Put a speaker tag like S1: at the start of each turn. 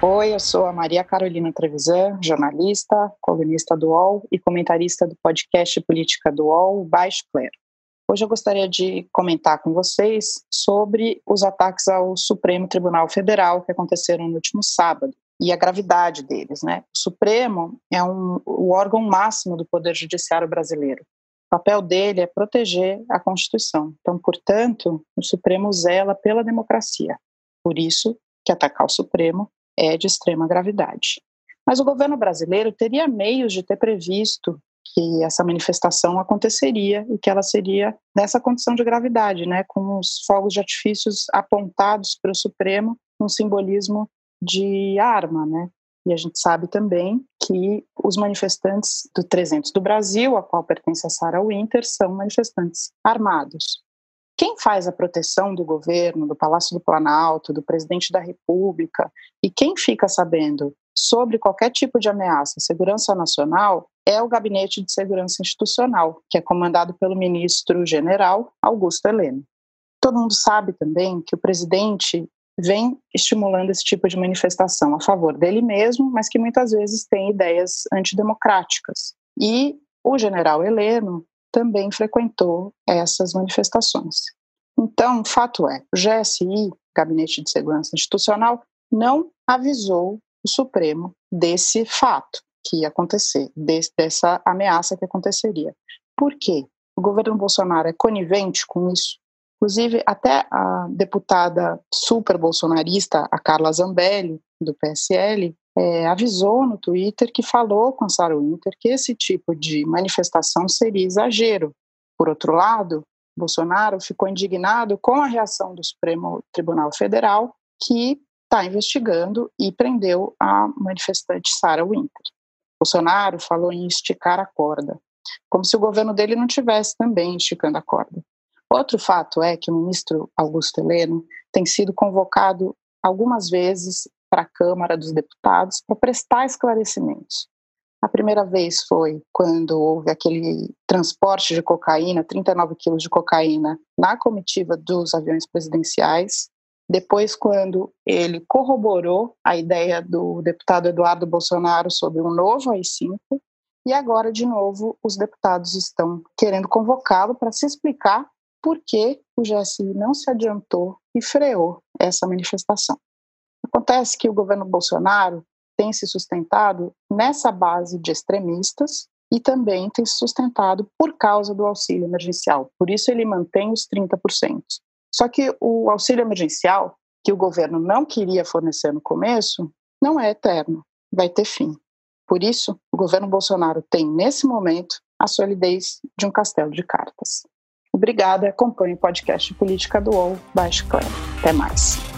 S1: Oi, eu sou a Maria Carolina Trevisan, jornalista, colunista do UOL e comentarista do podcast Política do UOL, Baixo Clero. Hoje eu gostaria de comentar com vocês sobre os ataques ao Supremo Tribunal Federal que aconteceram no último sábado e a gravidade deles, né? O Supremo é o órgão máximo do Poder Judiciário brasileiro. O papel dele é proteger a Constituição. Então, portanto, o Supremo zela pela democracia. Por isso que atacar o Supremo é de extrema gravidade. Mas o governo brasileiro teria meios de ter previsto que essa manifestação aconteceria e que ela seria nessa condição de gravidade, né, com os fogos de artifícios apontados para o Supremo, um simbolismo de arma, né? E a gente sabe também que os manifestantes do 300 do Brasil, a qual pertence a Sarah Winter, são manifestantes armados. Quem faz a proteção do governo, do Palácio do Planalto, do presidente da República, e quem fica sabendo sobre qualquer tipo de ameaça à segurança nacional é o Gabinete de Segurança Institucional, que é comandado pelo ministro-general Augusto Heleno. Todo mundo sabe também que o presidente vem estimulando esse tipo de manifestação a favor dele mesmo, mas que muitas vezes tem ideias antidemocráticas. E o general Heleno também frequentou essas manifestações. Então, o fato é, o GSI, Gabinete de Segurança Institucional, não avisou o Supremo desse fato que ia acontecer, dessa ameaça que aconteceria. Por quê? O governo Bolsonaro é conivente com isso? Inclusive, até a deputada super bolsonarista, a Carla Zambelli, do PSL, avisou no Twitter que falou com a Sarah Winter que esse tipo de manifestação seria exagero. Por outro lado, Bolsonaro ficou indignado com a reação do Supremo Tribunal Federal, que está investigando e prendeu a manifestante Sarah Winter. Bolsonaro falou em esticar a corda, como se o governo dele não tivesse também esticando a corda. Outro fato é que o ministro Augusto Heleno tem sido convocado algumas vezes para a Câmara dos Deputados para prestar esclarecimentos. A primeira vez foi quando houve aquele transporte de cocaína, 39 quilos de cocaína, na comitiva dos aviões presidenciais. Depois, quando ele corroborou a ideia do deputado Eduardo Bolsonaro sobre um novo AI-5. E agora, de novo, os deputados estão querendo convocá-lo para se explicar por que o GSI não se adiantou e freou essa manifestação. Acontece que o governo Bolsonaro tem se sustentado nessa base de extremistas e também tem se sustentado por causa do auxílio emergencial. Por isso ele mantém os 30%. Só que o auxílio emergencial, que o governo não queria fornecer no começo, não é eterno, vai ter fim. Por isso, o governo Bolsonaro tem, nesse momento, a solidez de um castelo de cartas. Obrigada, acompanhe o podcast Política do UOL, Baixo Clero. Até mais.